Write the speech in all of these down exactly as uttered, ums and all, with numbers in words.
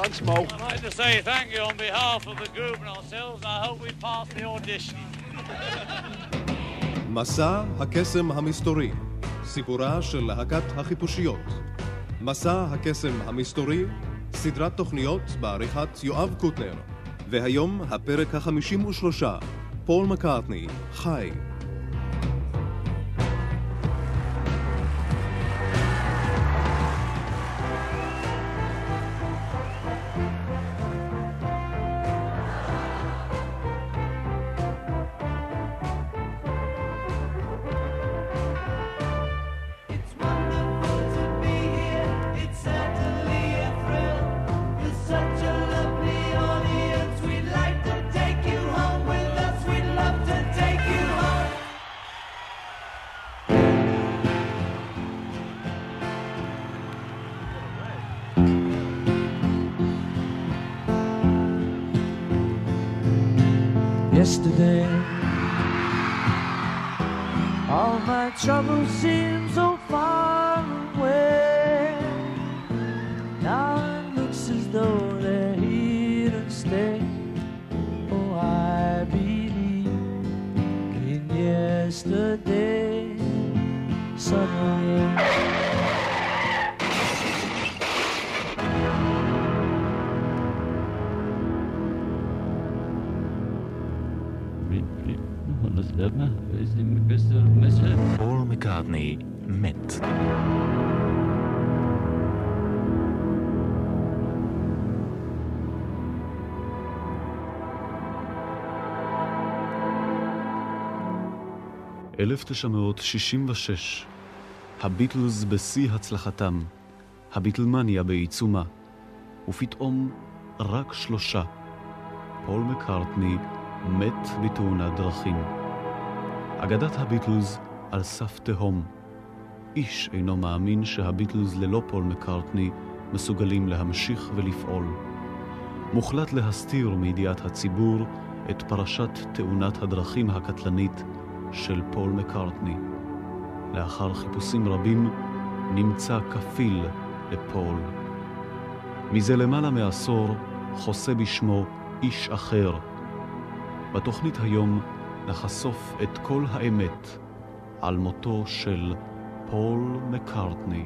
Thanks, Mo. I'd like to say thank you on behalf of the group and ourselves, and I hope we pass the audition. מסע הקסם המסתורי, סיפורה של להקת החיפושיות. מסע הקסם המסתורי, סדרת תוכניות בעריכת יואב קוטנר. והיום הפרק החמישים ושלושה, פול מקארטני, חי. Yesterday, all my troubles seem so far away. Now it looks as though they're here to stay. Oh, I believe in yesterday. Suddenly, פול מקארטני מת. אלף תשע מאות שישים ושש, הביטלס בשיא הצלחתם, הביטלמניה בעיצומה, ופתאום רק שלושה. פול מקארטני מת בתאונת דרכים. אגדת הביטלס על סף תהום. איש אינו מאמין שהביטלס ללא פול מקארטני מסוגלים להמשיך ולפעול. מוחלט להסתיר מידיעת הציבור את פרשת תאונת הדרכים הקטלנית של פול מקארטני. לאחר חיפושים רבים נמצא כפיל לפול. מזה למעלה מעשור חוסה בשמו איש אחר. בתוכנית היום נחשוף את כל האמת על מותו של פול מקארטני.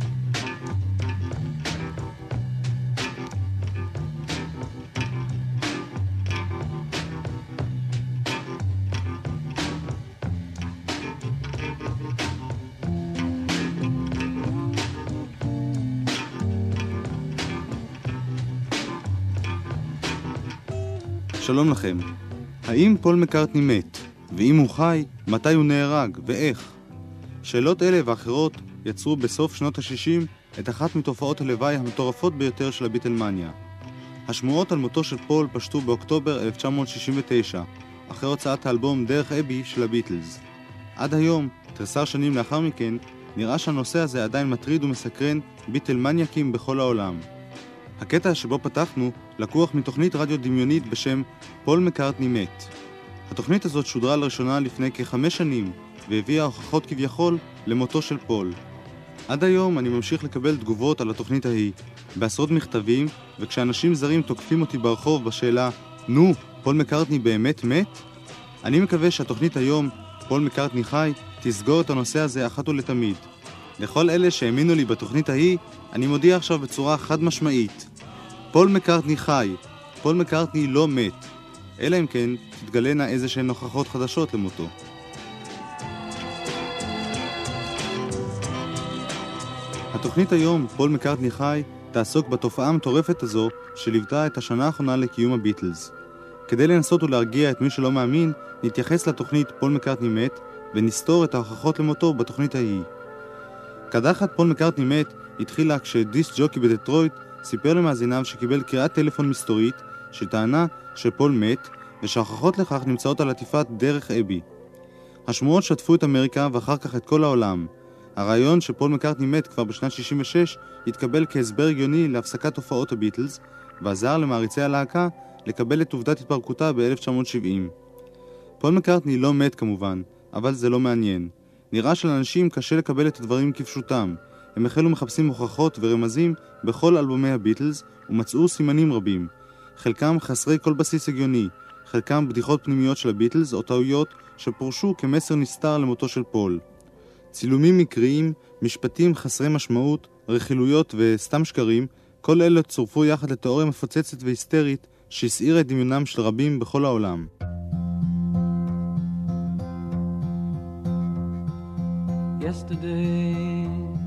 שלום לכם. האם פול מקארטני מת? ואם הוא חי, מתי הוא נהרג ואיך? שאלות אלה ואחרות יצרו בסוף שנות ה-שישים את אחת מתופעות הלוואי המטורפות ביותר של הביטלמניה. השמועות על מותו של פול פשטו באוקטובר אלף תשע מאות שישים ותשע, אחרי הוצאת האלבום דרך אבי של הביטלס. עד היום, תריסר שנים לאחר מכן, נראה שהנושא הזה עדיין מטריד ומסקרן ביטלמניאקים בכל העולם. הקטע שבו פתחנו לקוח מתוכנית רדיו דמיונית בשם פול מקארטני מת. התוכנית הזאת שודרה לראשונה לפני כחמש שנים והביאה הוכחות כביכול למותו של פול. עד היום אני ממשיך לקבל תגובות על התוכנית ההיא, בעשרות מכתבים, וכשאנשים זרים תוקפים אותי ברחוב בשאלה, נו, פול מקארטני באמת מת? אני מקווה שהתוכנית היום, פול מקארטני חי, תסגור את הנושא הזה אחת ולתמיד. לכל אלה שהאמינו לי בתוכנית ההיא, אני מודיע עכשיו בצורה חד משמעית. פול מקארטני חי, פול מקארטני לא מת, אלא אם כן תתגלנה איזה שהן נוכחות חדשות למותו. התוכנית היום, פול מקארטני חי, תעסוק בתופעה המטורפת הזו שליוותה את השנה האחרונה לקיום הביטלס. כדי לנסות ולהרגיע את מי שלא מאמין, נתייחס לתוכנית פול מקארטני מת ונסתור את ההוכחות למותו בתוכנית ההיא. קדחת פול מקארטני מת התחילה כשדיסק ג'וקי בדטרויט סיפר למאזיניו שקיבל קריאת טלפון מסתורית שטענה שפול מת ושההוכחות לכך נמצאות על עטיפת דרך אבי. השמועות שטפו את אמריקה ואחר כך את כל העולם. הרעיון שפול מקארטני מת כבר בשנת שישים ושש התקבל כהסבר הגיוני להפסקת תופעות הביטלס ועזר למעריצי הלהקה לקבל את עובדת התפרקותה ב-אלף תשע מאות שבעים. פול מקארטני לא מת כמובן, אבל זה לא מעניין. נראה שלאנשים קשה לקבל את הדברים כפשוטם. הם החלו מחפשים הוכחות ורמזים בכל אלבומי הביטלס ומצאו סימנים רבים, חלקם חסרי כל בסיס הגיוני, חלקם בדיחות פנימיות של הביטלס או טעויות שפורשו כמסר נסתר למותו של פול. צילומים מקריים, משפטים חסרי משמעות, רכילויות וסתם שקרים, כל אלה צורפו יחד לתיאוריה מפוצצת והיסטרית שהסעירה את דמיונם של רבים בכל העולם. Yesterday,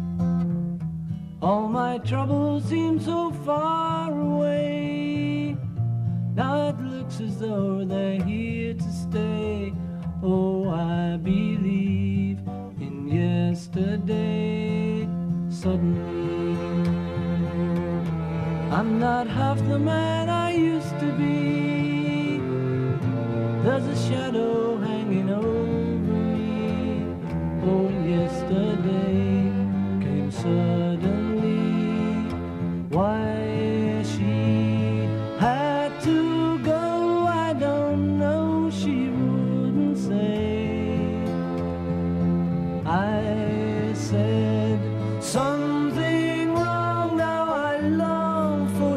all my troubles seem so far away. Now it looks as though they're here to stay. Oh, I believe in yesterday. Suddenly, I'm not half the man I used to be. There's a shadow hanging over me. Oh, yesterday came suddenly. Why she had to go, I don't know, she wouldn't say. I said something wrong, now I long for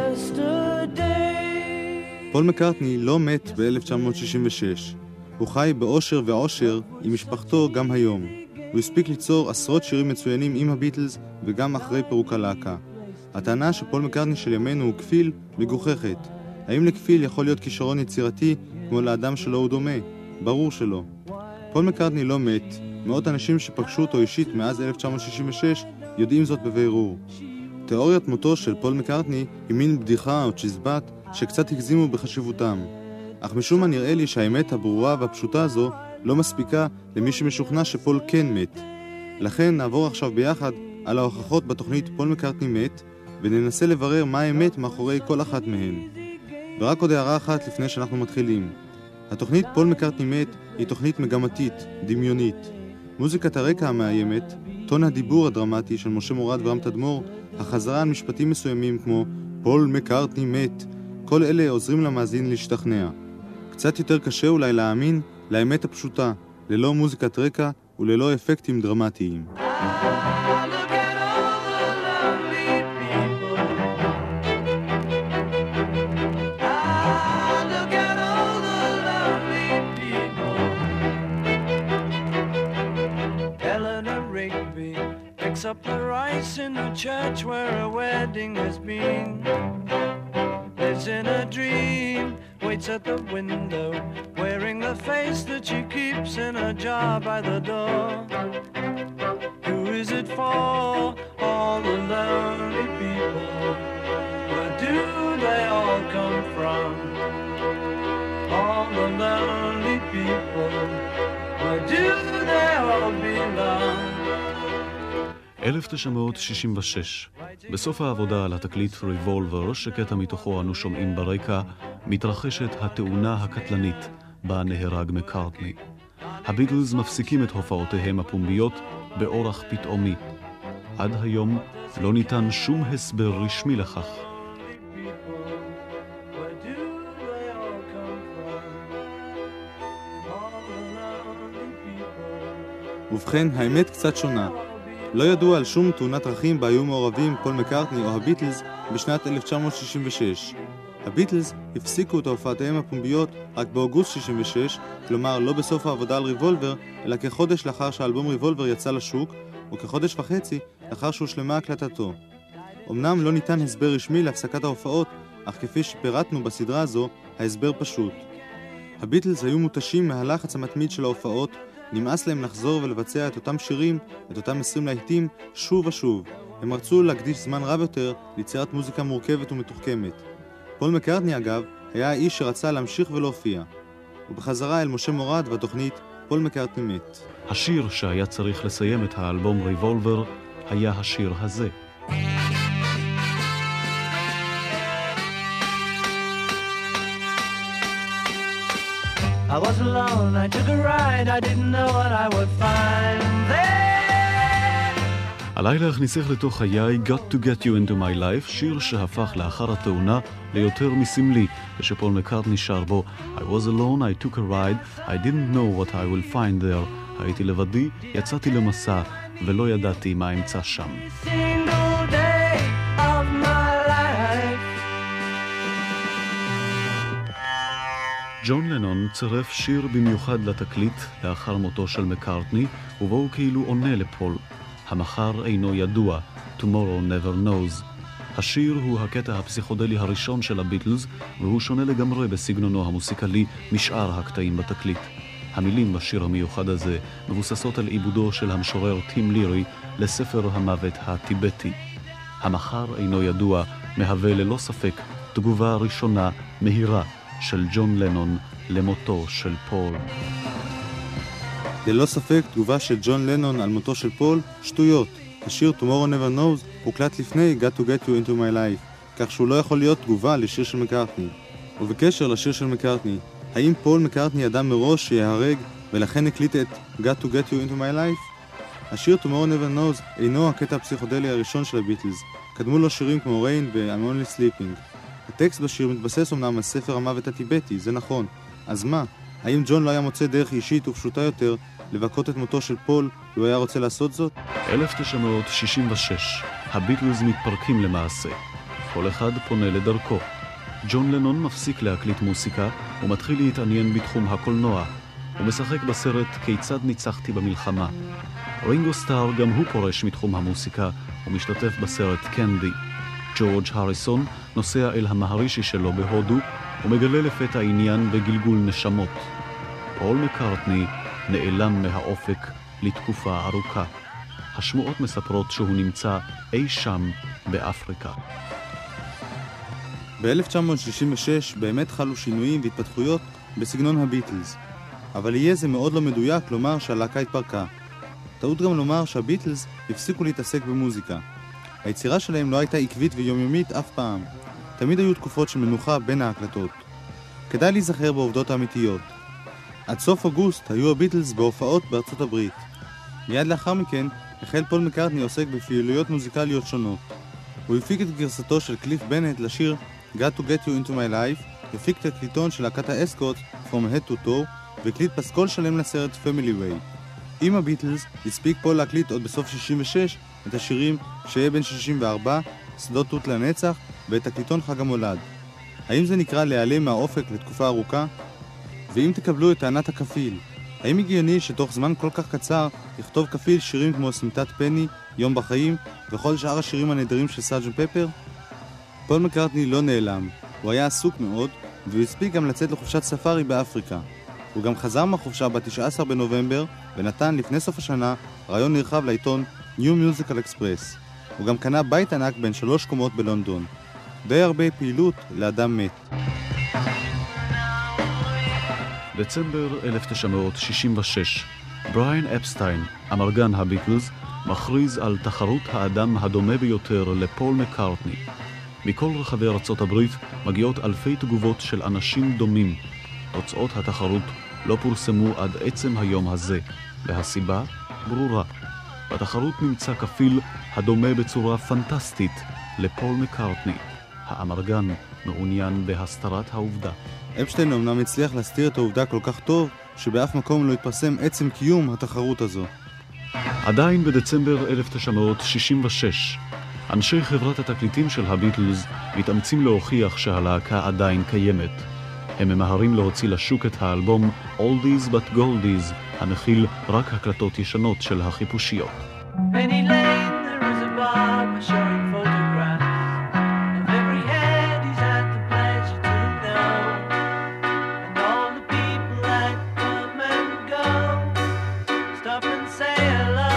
yesterday. פול מקרטני לא מת ב-אלף תשע מאות שישים ושש. הוא חי באושר ועושר עם משפחתו גם היום. הוא הספיק ליצור עשרות שירים מצוינים עם הביטלס וגם אחרי פירוק הלהקה. הטענה שפול מקרטני של ימינו הוא כפיל מגוחכת. האם לכפיל יכול להיות כישרון יצירתי כמו לאדם שלו הוא דומה? ברור שלא. פול מקרטני לא מת. מאות אנשים שפגשו אותו אישית מאז אלף תשע מאות שישים ושש יודעים זאת בבירור. תיאוריית מותו של פול מקרטני היא מין בדיחה או צ'יזבט שקצת הגזימו בחשיבותם. אך משום מה נראה לי שהאמת הברורה והפשוטה הזו לא מספיקה למי שמשוכנע שפול כן מת. לכן נעבור עכשיו ביחד על ההוכחות בתוכנית פול מקרטני מת, וננסה לברר מה האמת מאחורי כל אחת מהן. ורק עוד הערה אחת לפני שאנחנו מתחילים. התוכנית פול מקרטני מת היא תוכנית מגמתית, דמיונית. מוזיקת הרקע המאיימת, טון הדיבור הדרמטי של משה מורד ורם תדמור, החזרה על משפטים מסוימים כמו פול מקרטני מת, כל אלה עוזרים למאזין להשתכנע. קצת יותר קשה אולי להאמין לאמת הפשוטה, ללא מוזיקת רקע וללא אפקטים דרמטיים. Up the rice in the church where a wedding has been. Lives in a dream, waits at the window, wearing the face that she keeps in a jar by the door. Who is it for? All the lonely people. Where do they all come from? All the lonely people. Where do they all belong? אלף תשע מאות שישים ושש. בסוף העבודה על התקליט ריבולבר, שקטע מתוכו אנו שומעים ברקע, מתרחשת התאונה הקטלנית בה נהרג מקרטני. הביטלס מפסיקים את הופעותיהם הפומביות באורח פתאומי. עד היום לא ניתן שום הסבר רשמי לכך. ובכן, האמת קצת שונה. לא ידוע על שום תאונת דרכים בה היו מעורבים פול מקרטני או הביטלס בשנת אלף תשע מאות שישים ושש. הביטלס הפסיקו את הופעותיהם הפומביות רק באוגוסט שישים ושש, כלומר לא בסוף העבודה על ריבולבר, אלא כחודש לאחר שהאלבום ריבולבר יצא לשוק, וכחודש וחצי לאחר שהושלמה הקלטתו. אמנם לא ניתן הסבר רשמי להפסקת ההופעות, אך כפי שפירטנו בסדרה הזו, ההסבר פשוט. הביטלס היו מותשים מהלחץ המתמיד של ההופעות, נמאס להם לחזור ולבצע את אותם שירים, את אותם עשרים להיטים, שוב ושוב. הם רצו להקדיש זמן רב יותר ליצירת מוזיקה מורכבת ומתוחכמת. פול מקרטני, אגב, היה האיש שרצה להמשיך ולהופיע. ובחזרה אל משה מורד והתוכנית פול מקרטני מת. השיר שהיה צריך לסיים את האלבום ריבולבר היה השיר הזה. I was alone, I took a ride, I didn't know what I would find there. הלילה הכניסך לתוך חיי Got to Get You Into My Life, שיר שהפך לאחר התאונה ליותר מסמלי, ושפול מקרטני שר בו I was alone, I took a ride, I didn't know what I will find there. הייתי לבדי, יצאתי למסע, ולא ידעתי מה אמצא שם. Single day of my life. ג'ון לנון צירף שיר במיוחד לתקליט לאחר מותו של מקארטני, ובו הוא כאילו עונה לפול. המחר אינו ידוע, Tomorrow Never Knows. השיר הוא הקטע הפסיכודלי הראשון של הביטלס, והוא שונה לגמרי בסגנונו המוסיקלי משאר הקטעים בתקליט. המילים בשיר המיוחד הזה מבוססות על עיבודו של המשורר טים לירי לספר המוות הטיבטי. המחר אינו ידוע מהווה ללא ספק תגובה ראשונה מהירה של ג'ון לנון למותו של פול. ללא ספק תגובה של ג'ון לנון על מותו של פול שטויות. השיר Tomorrow Never Knows הוקלט לפני Got to Get You Into My Life, כך שהוא לא יכול להיות תגובה לשיר של מקארטני. ובקשר לשיר של מקארטני, האם פול מקארטני ידע מראש שיהרג ולכן הקליט את Got to Get You Into My Life? השיר Tomorrow Never Knows אינו הקטע הפסיכודלי הראשון של הביטלס. קדמו לו שירים כמו Rain ו-I'm Only Sleeping. הטקסט בשיר מתבסס אמנם על ספר המוות הטיבטי, זה נכון. אז מה? האם ג'ון לא היה מוצא דרך אישית ופשוטה יותר לבכות את מותו של פול, לו היה רוצה לעשות זאת? אלף תשע מאות שישים ושש, הביטלס מתפרקים למעשה. כל אחד פונה לדרכו. ג'ון לנון מפסיק להקליט מוסיקה ומתחיל להתעניין בתחום הקולנוע. הוא משחק בסרט כיצד ניצחתי במלחמה. רינגו סטאר גם הוא פורש מתחום המוסיקה ומשתתף בסרט קנדי. ג'ורג' הריסון נוסע אל המהרישי שלו בהודו ומגלה לפתע עניין בגלגול נשמות. פול מקארטני נעלם מהאופק לתקופה ארוכה. השמועות מספרות שהוא נמצא אי שם באפריקה. ב-אלף תשע מאות שישים ושש באמת חלו שינויים והתפתחויות בסגנון הביטלס, אבל יהיה זה מאוד לא מדויק לומר שהלהקה התפרקה. טעות גם לומר שהביטלס הפסיקו להתעסק במוזיקה. היצירה שלהם לא הייתה עקבית ויומיומית אף פעם. תמיד היו תקופות של מנוחה בין ההקלטות. כדאי להיזכר בעובדות האמיתיות. עד סוף אוגוסט היו הביטלס בהופעות בארצות הברית. מיד לאחר מכן החל פול מקארטני עוסק בפעילויות מוזיקליות שונות. הוא הפיק את גרסתו של קליף בנט לשיר Got to Get You Into My Life, הפיק תקליטון של להקת האסקוט From Head to Toe, והקליט פסקול שלם לסרט Family Way. עם הביטלס הספיק פול להקליט עוד בסוף שישים ושש את השירים שיהיה בן שישים וארבע, שדות תות לנצח ואת תקליטון חג המולד. האם זה נקרא להיעלם מהאופק לתקופה ארוכה? ואם תקבלו את טענת הכפיל, האם הגיוני שתוך זמן כל כך קצר יכתוב כפיל שירים כמו סמטת פני, יום בחיים וכל שאר השירים הנהדרים של סארג'נט פפר? פול מקארטני לא נעלם, הוא היה עסוק מאוד והוא הספיק גם לצאת לחופשת ספארי באפריקה. הוא גם חזר מהחופשה ב-תשעה עשר בנובמבר ונתן לפני סוף השנה רעיון נרחב לעיתון New Musical Express. הוא גם קנה בית ענק בין שלוש קומות בלונדון. די הרבה פעילות לאדם מת. דצמבר אלף תשע מאות שישים ושש, בריאן אפסטיין, אמרגן הביטלס, מכריז על תחרות האדם הדומה ביותר לפול מקארטני. מכל רחבי ארצות הברית מגיעות אלפי תגובות של אנשים דומים. תוצאות התחרות לא פורסמו עד עצם היום הזה, והסיבה ברורה. בתחרות נמצא כפיל הדומה בצורה פנטסטית לפול מקארטני. האמרגן מעוניין בהסתרת העובדה. אפשטיין אמנם הצליח להסתיר את העובדה כל כך טוב שבאף מקום לא התפרסם עצם קיום התחרות הזו. עדיין בדצמבר אלף תשע מאות שישים ושש, אנשי חברת התקליטים של הביטלס מתאמצים להוכיח שהלהקה עדיין קיימת. הם ממהרים להוציא לשוק את האלבום Oldies But Goldies, המכיל רק הקלטות ישנות של החיפושיות. Penny Lane, there is a barber showing photographs of every head he's had the pleasure to know, and all the people that come and go stop and say hello.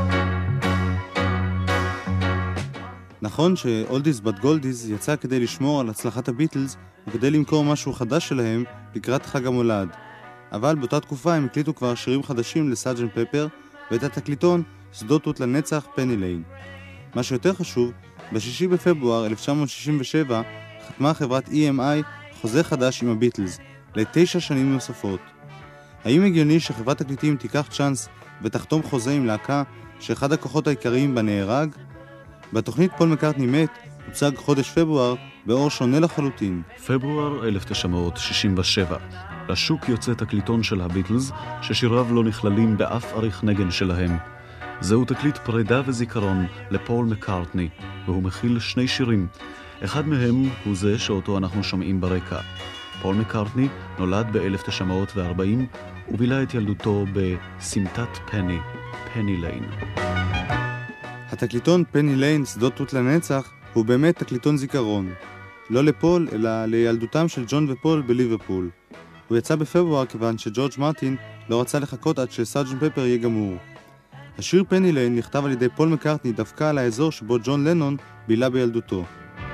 נכון ש-Oldies But Goldies יצא כדי לשמור על הצלחת הביטלס וכדי למכור משהו חדש שלהם לקראת חג המולד, אבל באותה תקופה הם הקליטו כבר שירים חדשים לסארג'נט פפר ואת התקליטון שדות תות לנצח, פני ליין. מה שיותר חשוב, בשישי בפברואר אלף תשע מאות שישים ושבע חתמה חברת אי אם איי חוזה חדש עם הביטלס לתשע שנים נוספות. האם הגיוני שחברת תקליטים תיקח צ'אנס ותחתום חוזה עם להקה שאחד הכוחות העיקריים בה נהרג? בתוכנית פול מקארטני מת הוצג חודש פברואר באור שונה לחלוטין. פברואר אלף תשע מאות שישים ושבע. לשוק יוצא תקליטון של הביטלס ששיריו לא נכללים באף עריך נגן שלהם. זהו תקליט פרידה וזיכרון לפול מקארטני, והוא מכיל שני שירים. אחד מהם הוא זה שאותו אנחנו שומעים ברקע. פול מקארטני נולד ב-אלף תשע מאות וארבעים ובילה את ילדותו בסמטת פני, פני ליין. התקליטון פני ליין, שדות תות לנצח, הוא באמת תקליטון זיכרון. לא לפול, אלא לילדותם של ג'ון ופול בליברפול. הוא יצא בפברואר כיוון שג'ורג' מרטין לא רצה לחכות עד שסארג'נט פפר יהיה גמור. השיר פני ליין נכתב על ידי פול מקארטני דווקא על האזור שבו ג'ון לנון בילה בילדותו.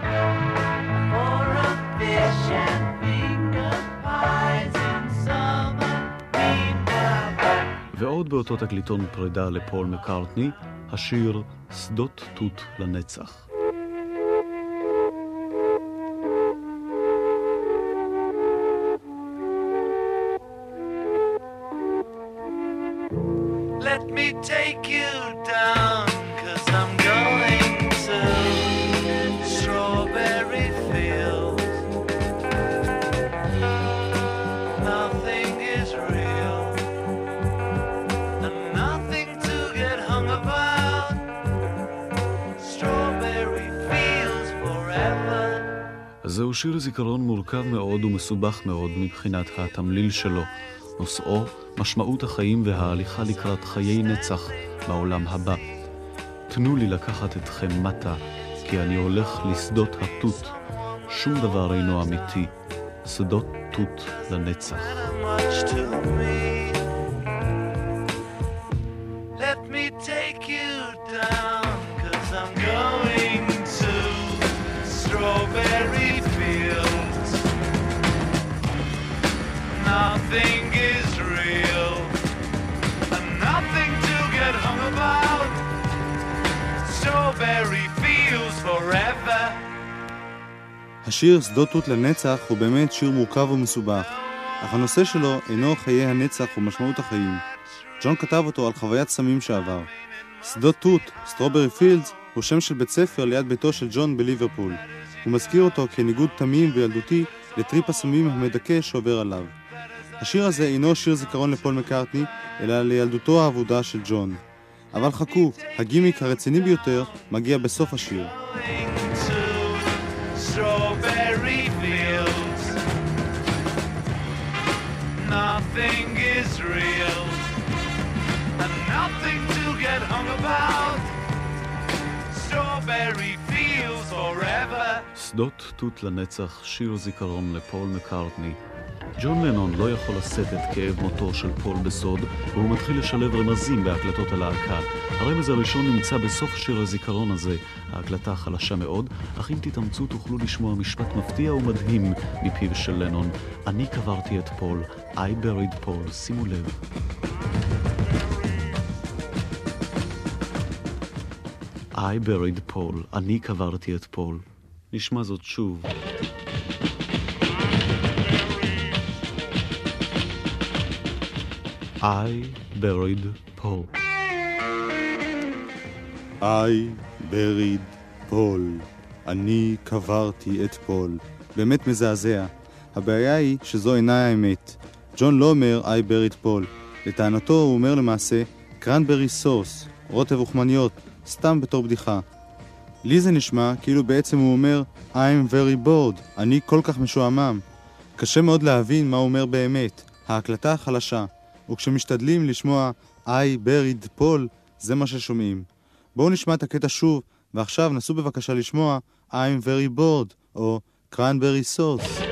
ועוד באותו תקליטון פרידה לפול מקארטני, השיר שדות תות לנצח. Let me take you down, 'cause I'm going to strawberry fields. Nothing is real, and nothing to get hung about. Strawberry fields forever. זהו שיר זיכרון מורכב מאוד ומסובך מאוד מבחינת התמליל שלו. נושאו, משמעות החיים וההליכה לקראת חיי נצח בעולם הבא. תנו לי לקחת אתכם מטה, כי אני הולך לשדות התות. שום דבר אינו אמיתי. שדות תות לנצח. Let me take you down, 'cause I'm going to strawberry fields. Nothing is real, and nothing to get hung about. Strawberry fields forever. השיר שדות תות לנצח הוא באמת שיר מורכב ומסובך, אך הנושא שלו אינו חיי הנצח ומשמעות החיים. ג'ון כתב אותו על חוויית סמים שעבר. שדות תות, סטרוברי פילדס, הוא שם של בית ספר ליד ביתו של ג'ון בליברפול. הוא מזכיר אותו כניגוד תמים וילדותי לטריפ הסמים המדכא שעובר עליו. השיר הזה אינו שיר זיכרון לפול מקארטני, אלא לילדותו העבודה של ג'ון. אבל חכו, הגימיק הרציני ביותר מגיע בסוף השיר. Strawberry fields. Nothing is real, and nothing to get hung about. Strawberry fields forever. שדות תות לנצח, שיר זיכרון לפול מקארטני. ג'ון לנון לא יכול לשאת את כאב מותו של פול בסוד, והוא מתחיל לשלב רמזים בהקלטות הלהקה. הרמז הראשון נמצא בסוף שיר הזיכרון הזה. ההקלטה חלשה מאוד, אך אם תתאמצו תוכלו לשמוע משפט מפתיע ומדהים מפיו של לנון. אני קברתי את פול, I buried Paul, שימו לב. I buried Paul, אני קברתי את פול. נשמע זאת שוב. I buried Paul. I buried Paul. אני קברתי את פול. באמת מזעזע. הבעיה היא שזו אינה האמת. ג'ון לא אומר I buried Paul. לטענתו הוא אומר למעשה קרנברי סוס, רוטב וחמניות, סתם בתור בדיחה. לי זה נשמע כאילו בעצם הוא אומר I'm very bored. אני כל כך משועמם. קשה מאוד להבין מה הוא אומר באמת. ההקלטה חלשה. וכשמשתדלים לשמוע I buried Paul, זה מה ששומעים. בואו נשמע את הקטע שוב, ועכשיו נסו בבקשה לשמוע I'm very bored, או cranberry sauce.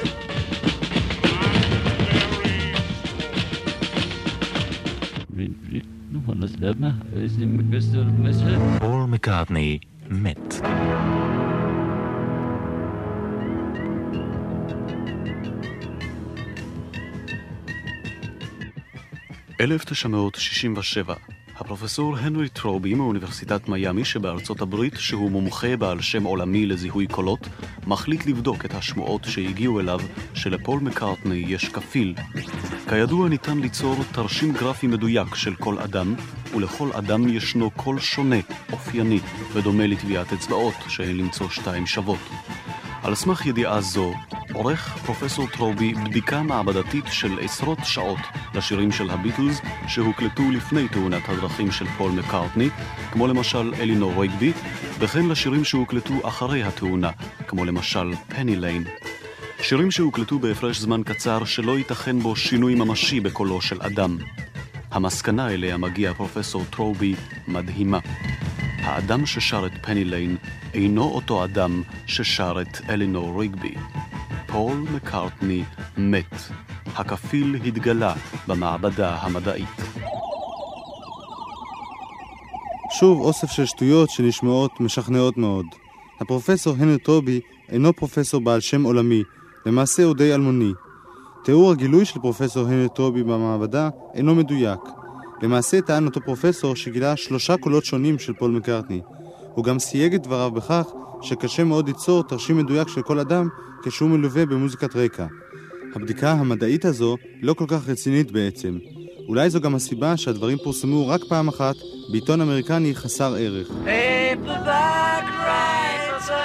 פול מקארטני מת. אלף תשע מאות שישים ושבע. הפרופסור הנרי טרובי מאוניברסיטת מיאמי שבארצות הברית, שהוא מומחה בעל שם עולמי לזיהוי קולות, מחליט לבדוק את השמועות שהגיעו אליו שלפול מקארטני יש כפיל. כידוע ניתן ליצור תרשים גרפי מדויק של כל אדם, ולכל אדם ישנו קול שונה, אופייני, ודומה לטביעת אצבעות שהן למצוא שתיים שוות. על סמך ידיעה זו, עורך פרופסור טרובי בדיקה מעבדתית של עשרות שעות לשירים של הביטלס שהוקלטו לפני תאונת הדרכים של פול מקארטני, כמו למשל אלינור ריגבי, וכן לשירים שהוקלטו אחרי התאונה, כמו למשל פני ליין. שירים שהוקלטו בהפרש זמן קצר שלא ייתכן בו שינוי ממשי בקולו של אדם. המסקנה אליה מגיע פרופסור טרובי מדהימה. האדם ששר את פני ליין אינו אותו אדם ששר את אלינור ריגבי. פול מקארטני מת. הכפיל התגלה במעבדה המדעית. שוב אוסף של שטויות שנשמעות משכנעות מאוד. הפרופסור הנרי טרובי אינו פרופסור בעל שם עולמי, למעשה הוא די אלמוני. תיאור הגילוי של פרופסור הנרי טרובי במעבדה אינו מדויק. למעשה טען אותו פרופסור שגילה שלושה קולות שונים של פול מקארטני. הוא גם סייג את דבריו בכך שקשה מאוד ליצור תרשים מדויק של כל אדם כשהוא מלווה במוזיקת רקע. הבדיקה המדעית הזו לא כל כך רצינית בעצם. אולי זו גם הסיבה שהדברים פורסמו רק פעם אחת בעיתון אמריקני חסר ערך. Paperback writer.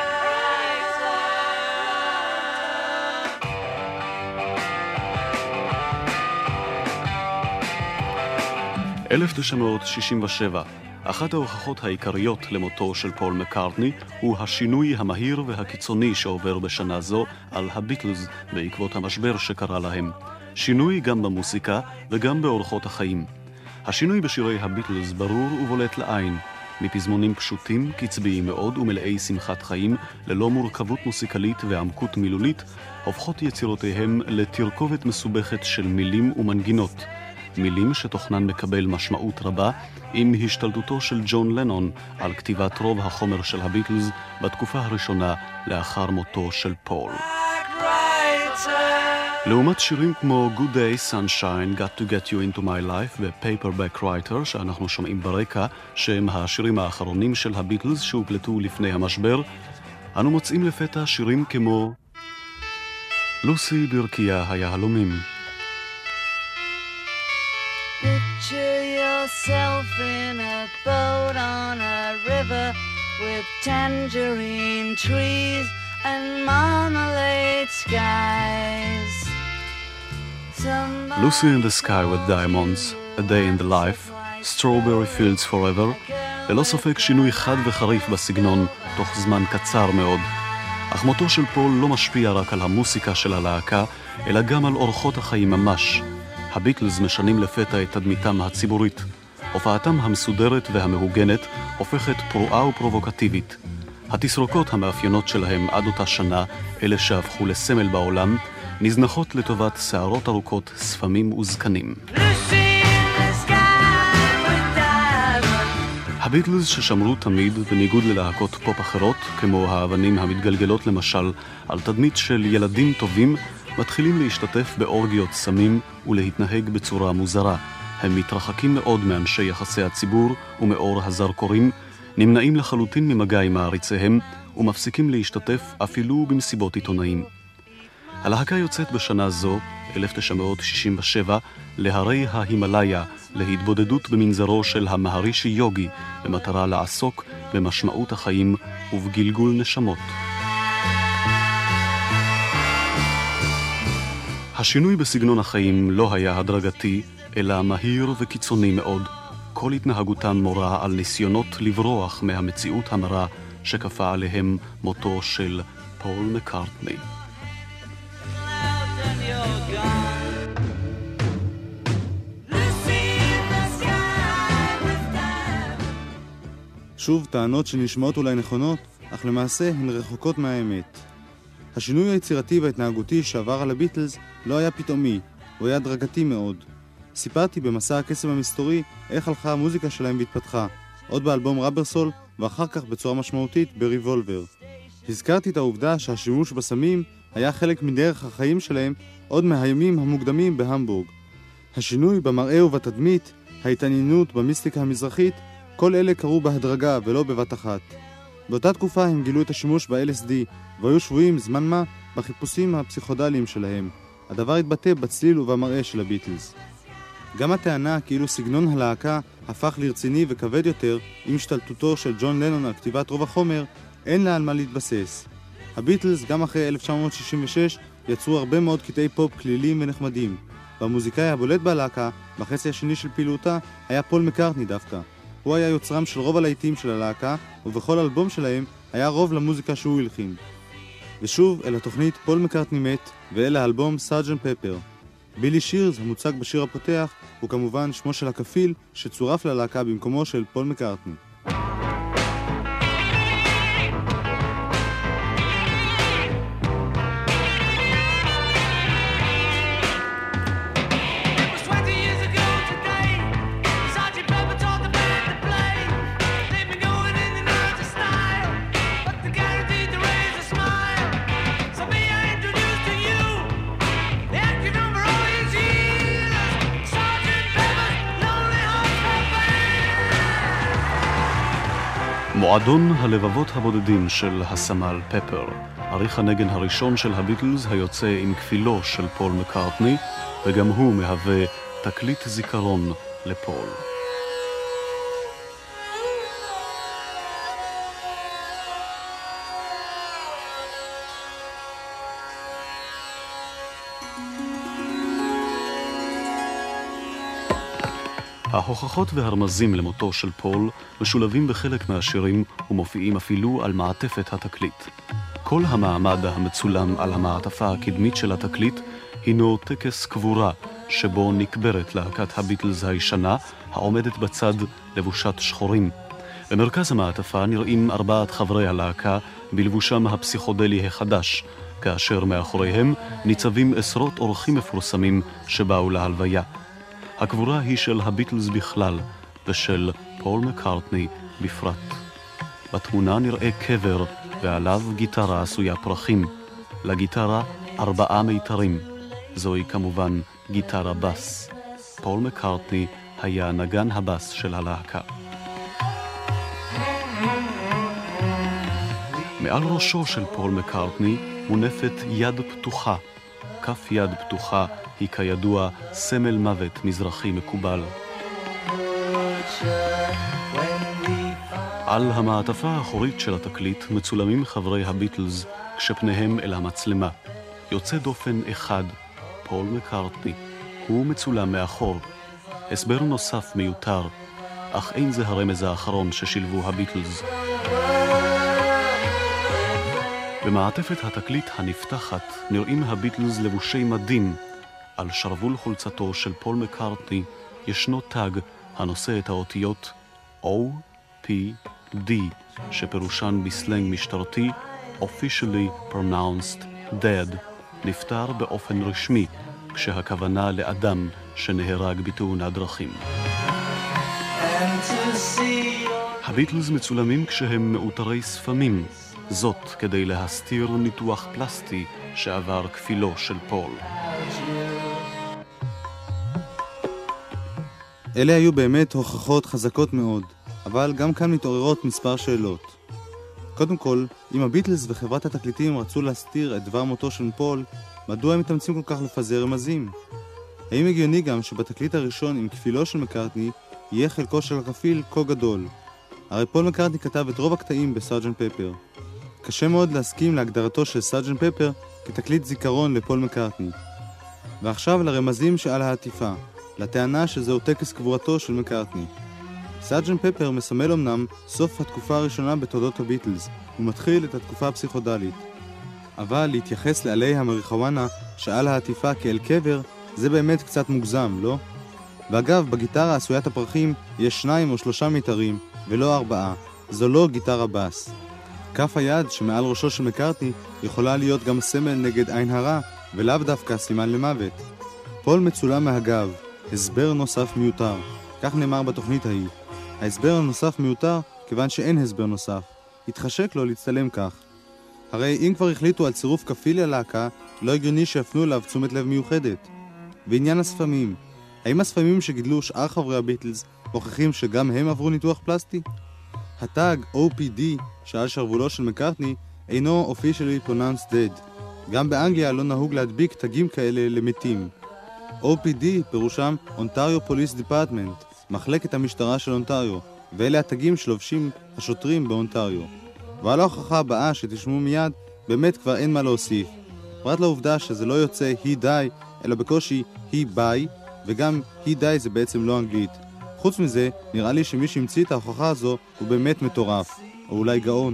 אלף תשע מאות שישים ושבע. אחת ההוכחות העיקריות למותו של פול מקארטני הוא השינוי המהיר והקיצוני שעובר בשנה זו על הביטלס בעקבות המשבר שקרה להם. שינוי גם במוסיקה וגם באורחות החיים. השינוי בשירי הביטלס ברור ובולט לעין. מפזמונים פשוטים, קצביים מאוד ומלאי שמחת חיים, ללא מורכבות מוסיקלית ועמקות מילולית, הופכות יצירותיהם לתרכובת מסובכת של מילים ומנגינות. מילים שתוכנן מקבל משמעות רבה עם השתלטותו של ג'ון לנון על כתיבת רוב החומר של הביטלס בתקופה הראשונה לאחר מותו של פול. לעומת שירים כמו Good Day, Sunshine, Got to Get You Into My Life ו-Paperback Writer שאנחנו שומעים ברקע, שהם השירים האחרונים של הביטלס שהוקלטו לפני המשבר, אנו מוצאים לפתע שירים כמו לוסי ברקיע היהלומים. Picture yourself in a boat on a river with tangerine trees and marmalade skies. Somebody Lucy in the Sky with Diamonds, A Day in the Life, Strawberry Fields Forever, ללא ספק שינוי חד וחריף בסגנון תוך זמן קצר מאוד. אך מותו של פול לא משפיע רק על המוסיקה של הלהקה, אלא גם על אורחות החיים ממש. הביטלס משנים לפתע את תדמיתם הציבורית. הופעתם המסודרת והמהוגנת הופכת פרועה ופרובוקטיבית. התסרוקות המאפיינות שלהם עד אותה שנה, אלה שהפכו לסמל בעולם, נזנחות לטובת שערות ארוכות, ספמים וזקנים. הביטלס ששמרו תמיד, בניגוד ללהקות פופ אחרות, כמו האבנים המתגלגלות למשל, על תדמית של ילדים טובים, מתחילים להשתתף באורגיות סמים ולהתנהג בצורה מוזרה. הם מתרחקים מאוד מאנשי יחסי הציבור ומאור הזרקורים, נמנעים לחלוטין ממגע עם מעריציהם ומפסיקים להשתתף אפילו במסיבות עיתונאים. הלהקה יוצאת בשנה זו, אלף תשע מאות שישים ושבע, להרי ההימלאיה, להתבודדות במנזרו של המהרישי יוגי, במטרה לעסוק במשמעות החיים ובגלגול נשמות. השינוי בסגנון החיים לא היה הדרגתי, אלא מהיר וקיצוני מאוד. כל התנהגותם מורה על ניסיונות לברוח מהמציאות המרה שכפה עליהם מותו של פול מקארטני. שוב טענות שנשמעות אולי נכונות, אך למעשה הן רחוקות מהאמת. השינוי היצירתי וההתנהגותי שעבר על הביטלס לא היה פתאומי, הוא היה דרגתי מאוד. סיפרתי במסע הקסם המסתורי איך הלכה המוזיקה שלהם והתפתחה, עוד באלבום רברסול ואחר כך בצורה משמעותית בריבולבר. הזכרתי את העובדה שהשימוש בסמים היה חלק מדרך החיים שלהם עוד מהימים המוקדמים בהמבורג. השינוי במראה ובתדמית, ההתעניינות במיסטיקה המזרחית, כל אלה קרו בהדרגה ולא בבת אחת. באותה תקופה הם גילו את השימוש ב-אל אס די והיו שבויים זמן מה בחיפושים הפסיכודליים שלהם. הדבר התבטא בצליל ובמראה של הביטלס. גם הטענה כאילו סגנון הלהקה הפך לרציני וכבד יותר עם השתלטותו של ג'ון לנון על כתיבת רוב החומר, אין לה על מה להתבסס. הביטלס גם אחרי אלף תשע מאות שישים ושש יצרו הרבה מאוד קטעי פופ כלילים ונחמדים, והמוזיקאי הבולט בלהקה, בחצי השני של פעילותה, היה פול מקרטני דווקא. הוא היה יוצרם של רוב הלהיטים של הלהקה, ובכל אלבום שלהם היה רוב למוזיקה שהוא הלחין. ושוב אל התוכנית פול מקרטני מת, ואל האלבום סארג'נט פפר. בילי שירס, המוצג בשיר הפותח, הוא כמובן שמו של הכפיל שצורף ללהקה במקומו של פול מקרטני. מועדון הלבבות הבודדים של הסמל פפר, עריך הנגן הראשון של הביטלס היוצא עם כפילו של פול מקרטני, וגם הוא מהווה תקליט זיכרון לפול. ההוכחות והרמזים למותו של פול משולבים בחלק מהשירים ומופיעים אפילו על מעטפת התקליט. כל המעמד המצולם על המעטפה הקדמית של התקליט הינו טקס קבורה שבו נקברת להקת הביטלס הישנה העומדת בצד לבושת שחורים. במרכז המעטפה נראים ארבעת חברי הלהקה בלבושם הפסיכודלי החדש, כאשר מאחוריהם ניצבים עשרות אורחים מפורסמים שבאו להלוויה. הקבורה היא של הביטלס בכלל ושל פול מקרטני בפרט. בתמונה נראה קבר ועליו גיטרה עשויה פרחים. לגיטרה ארבעה מיתרים. זוהי כמובן גיטרה בס. פול מקרטני היה נגן הבס של הלהקה. מעל ראשו של פול מקרטני מונפת יד פתוחה. כף יד פתוחה היא כידוע סמל מוות מזרחי מקובל. על המעטפה האחורית של התקליט מצולמים חברי הביטלס כשפניהם אל המצלמה. יוצא דופן אחד, פול מקרטני. הוא מצולם מאחור. הסבר נוסף מיותר, אך אין זה הרמז האחרון ששילבו הביטלס. במעטפת התקליט הנפתחת נראים הביטלס לבושי מדים. על שרבול חולצתו של פול מקרטני ישנו טאג הנושא את האותיות O P D, שפירושן בסלנג משטרתי officially pronounced dead, נפטר באופן רשמי, כשהכוונה לאדם שנהרג בתאונת דרכים. הביטלס מצולמים כשהם מאותרי ספמים, זאת כדי להסתיר ניתוח פלסטי שעבר כפילו של פול. אלה היו באמת הוכחות חזקות מאוד, אבל גם כאן מתעוררות מספר שאלות. קודם כל, אם הביטלס וחברת התקליטים רצו להסתיר את דבר מותו של פול, מדוע הם מתאמצים כל כך לפזר רמזים? האם הגיוני גם שבתקליט הראשון עם כפילו של מקרטני יהיה חלקו של הכפיל כה גדול? הרי פול מקרטני כתב את רוב הקטעים בסארג'נט פפר. קשה מאוד להסכים להגדרתו של סארג'נט פפר כתקליט זיכרון לפול מקרטני. ועכשיו לרמזים שעל העטיפה, לטענה שזהו טקס קבורתו של מקרטני. סארג'נט פפר מסמל אמנם סוף התקופה הראשונה בתולדות הביטלס, ומתחיל את התקופה הפסיכודלית. אבל להתייחס לעלי המריחואנה שעל העטיפה כאל קבר, זה באמת קצת מוגזם, לא? ואגב, בגיטרה עשוית הפרחים יש שניים או שלושה מיתרים, ולא ארבעה. זו לא גיטרה בס. כף היד שמעל ראשו של מקרטני יכולה להיות גם סמל נגד עין הרע, ולאו דווקא סימן למוות. פול מצולם מהגב, הסבר נוסף מיותר. כך נאמר בתוכנית ההיא. ההסבר הנוסף מיותר כיוון שאין הסבר נוסף. התחשק לו להצטלם כך. הרי אם כבר החליטו על צירוף כפיל ללהקה, לא הגיוני שיפנו אליו תשומת לב מיוחדת. ועניין הספמים. האם הספמים שגידלו שאר חברי הביטלס מוכיחים שגם הם עברו ניתוח פלסטי? הטאג O P D שעל שרבולו של מקרטני אינו officially pronounced dead. גם באנגליה לא נהוג להדביק תגים כאלה למתים. O P D פירושם Ontario Police Department, מחלקת המשטרה של אונטריו, ואלה התגים שלובשים השוטרים באונטריו. ועל ההוכחה הבאה שתשמעו מיד באמת כבר אין מה להוסיף. פרט לעובדה שזה לא יוצא he die, אלא בקושי he buy, וגם he die זה בעצם לא אנגלית. חוץ מזה, נראה לי שמי שהמציא את ההוכחה הזו הוא באמת מטורף, או אולי גאון.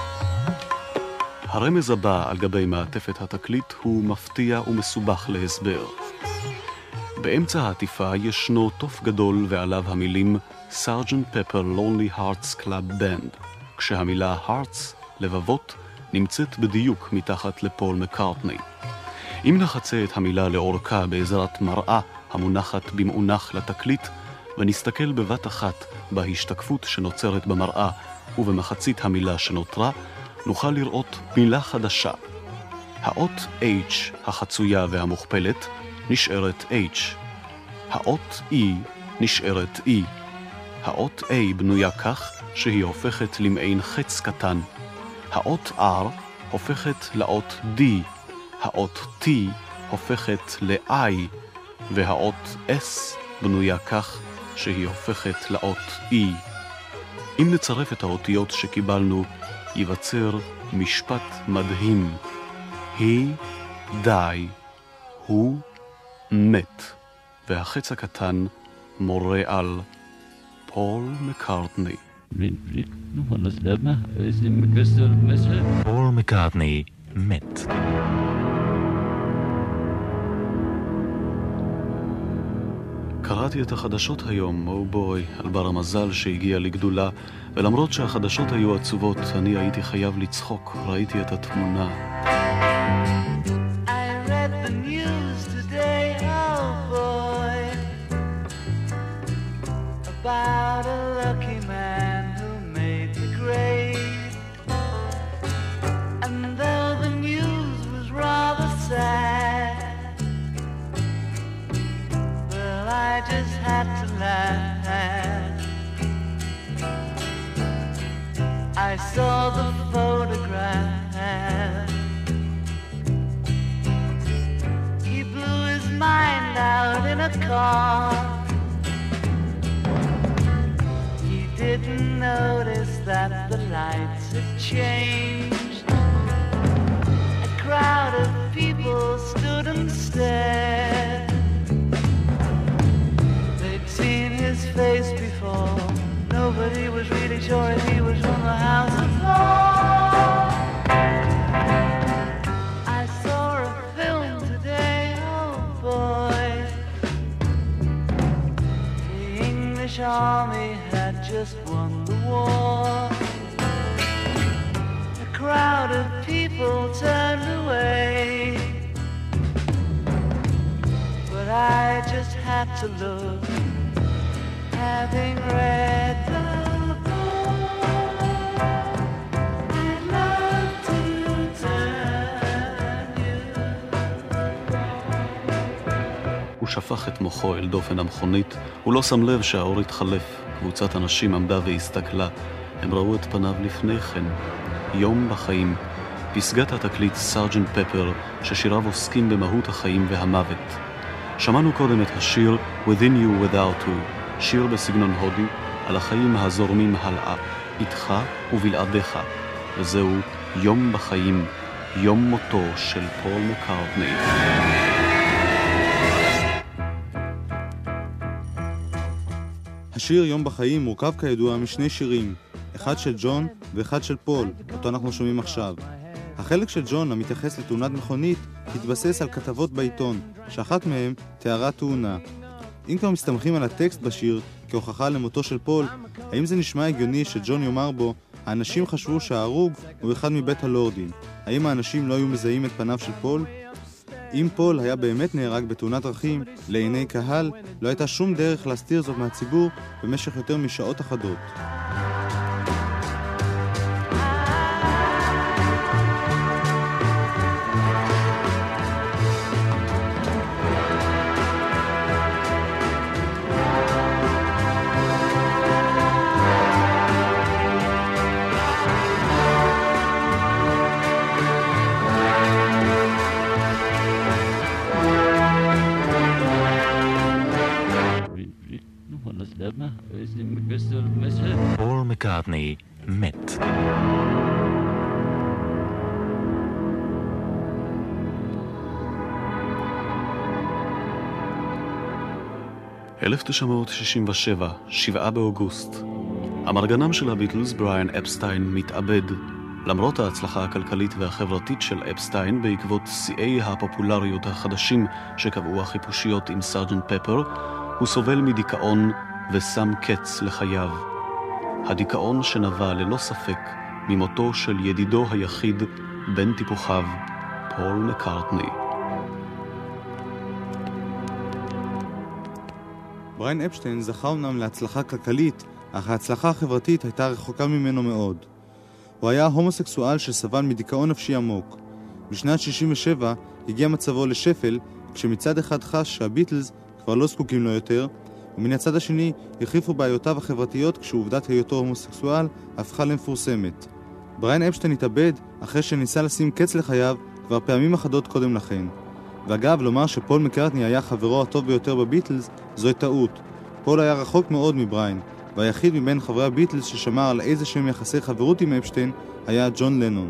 הרמז הבא על גבי מעטפת התקליט הוא מפתיע ומסובך להסבר. באמצע העטיפה ישנו תוף גדול ועליו המילים סרג'נט פפר לונלי הארטס קלאב בנד, כשהמילה הארטס, לבבות, נמצאת בדיוק מתחת לפול מקארטני. אם נחצה את המילה לאורכה בעזרת מראה המונחת במאונח לתקליט, ונסתכל בבת אחת בהשתקפות שנוצרת במראה ובמחצית המילה שנותרה, נוכל לראות מילה חדשה. האות H החצויה והמוכפלת נשארת H. האות E נשארת E. האות A בנויה כך שהיא הופכת למעין חץ קטן. האות R הופכת לאות D. האות T הופכת ל-I. והאות S בנויה כך שהיא הופכת לאות E. אם נצרף את האותיות שקיבלנו, ייווצר משפט מדהים. He die. הוא מת. והחץ הקטן מורה על פול מקארטני. פול מקארטני מת. קראתי את החדשות היום, או בוי, על בר המזל שהגיע לגדולה, ולמרות שהחדשות היו עצובות, אני הייתי חייב לצחוק, ראיתי את התמונה. I read the news today, oh boy, about a lucky man who made the grade. And though the news was rather sad, well, I just had to laugh. I saw the photograph. He blew his mind out in a car. He didn't notice that the lights had changed. A crowd of people stood and stared. They'd seen his face before. Nobody was really sure if he was from the House of Lords. I saw a film today, oh boy. The English army had just won the war. A crowd of people turned away, but I just had to look. Having read the book, I'd love to turn you. הוא שפך את מוחו אל דופן המכונית, הוא לא שם לב שהאור התחלף. קבוצת אנשים עמדה והסתכלה, הם ראו את פניו לפני כן. יום בחיים, פסגת התקליט סרג'נט פפר, ששיריו עוסקים במהות החיים והמוות. שמענו קודם את השיר Within You Without You, שיר בסגנון הודי על החיים הזורמים הלאה, איתך ובלעדיך, וזהו יום בחיים, יום מותו של פול מקארטני. השיר יום בחיים מורכב כידוע משני שירים, אחד של ג'ון ואחד של פול, אותו אנחנו שומעים עכשיו. החלק של ג'ון המתייחס לתאונת מכונית התבסס על כתבות בעיתון, שאחת מהם תיארה תאונה. אם כבר מסתמכים על הטקסט בשיר כהוכחה למותו של פול, האם זה נשמע הגיוני שג'ון יאמר בו, האנשים חשבו שההרוג הוא אחד מבית הלורדים? האם האנשים לא היו מזהים את פניו של פול? אם פול היה באמת נהרג בתאונת דרכים, לעיני קהל לא הייתה שום דרך להסתיר זאת מהציבור במשך יותר משעות אחדות. פול מקארטני מת. אלף תשע מאות שישים ושבע, שבעה באוגוסט. המרגנם של הביטלס, בריאן אפסטיין, מתאבד. למרות ההצלחה הכלכלית והחברתית של אפסטיין בעקבות שיאי הפופולריות החדשים שקבעו החיפושיות עם סרג'נט פפר, הוא סובל מדיכאון ושם קץ לחייו. הדיכאון שנבע ללא ספק ממותו של ידידו היחיד בין טיפוחיו, פול מקארטני. בריאן אפשטיין זכה אומנם להצלחה כלכלית, אך ההצלחה החברתית הייתה רחוקה ממנו מאוד. הוא היה הומוסקסואל שסבל מדיכאון נפשי עמוק. בשנת שישים ושבע הגיע מצבו לשפל, כשמצד אחד חש שהביטלס כבר לא זקוקים לו יותר, ומן הצד השני החריפו בעיותיו החברתיות כשעובדת היותו הומוסקסואל הפכה למפורסמת. בריאן אפשטיין התאבד אחרי שניסה לשים קץ לחייו כבר פעמים אחדות קודם לכן. ואגב, לומר שפול מקארטני היה חברו הטוב ביותר בביטלס זוהי טעות. פול היה רחוק מאוד מבריאן, והיחיד מבין חברי הביטלס ששמר על איזה שהם יחסי חברות עם אפשטיין היה ג'ון לנון.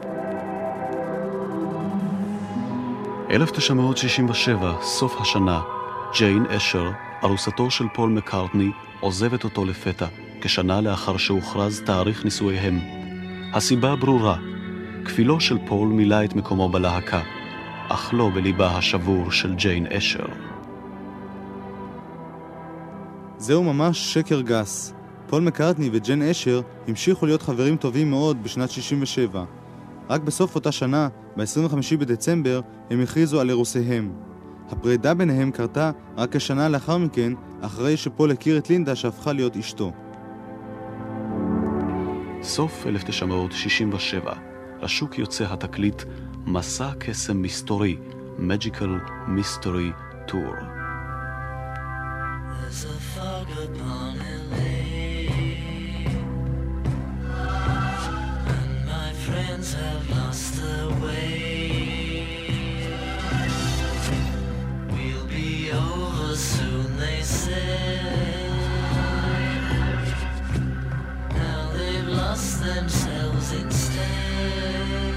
אלף תשע מאות שישים ושבע, סוף השנה, ג'יין אשר, ארוסתו של פול מקארטני, עוזבת אותו לפתע, כשנה לאחר שהוכרז תאריך נישואיהם. הסיבה ברורה, כפילו של פול מילא את מקומו בלהקה, אך לא בליבה השבור של ג'יין אשר. זהו ממש שקר גס. פול מקארטני וג'יין אשר המשיכו להיות חברים טובים מאוד בשנת שישים ושבע. רק בסוף אותה שנה, ב-עשרים וחמישה בדצמבר, הם הכריזו על אירוסיהם. הפרידה ביניהם קרתה רק כשנה לאחר מכן, אחרי שפול הכיר את לינדה שהפכה להיות אשתו. סוף אלף תשע מאות שישים ושבע, לשוק יוצא התקליט מסע קסם מסתורי, Magical Mystery Tour. There's a fog upon L A and my friends have lost their way. We'll be over soon, they say. Now they've lost themselves instead.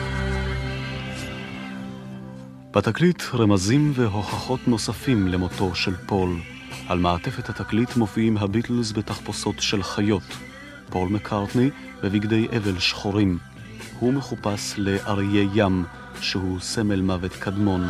בתקליט רמזים והוכחות נוספים למותו של פול. על מעטפת התקליט מופיעים הביטלס בתחפושות של חיות. פול מקארטני בבגדי אבל שחורים. הוא מחופש לאריה ים, שהוא סמל מוות קדמון.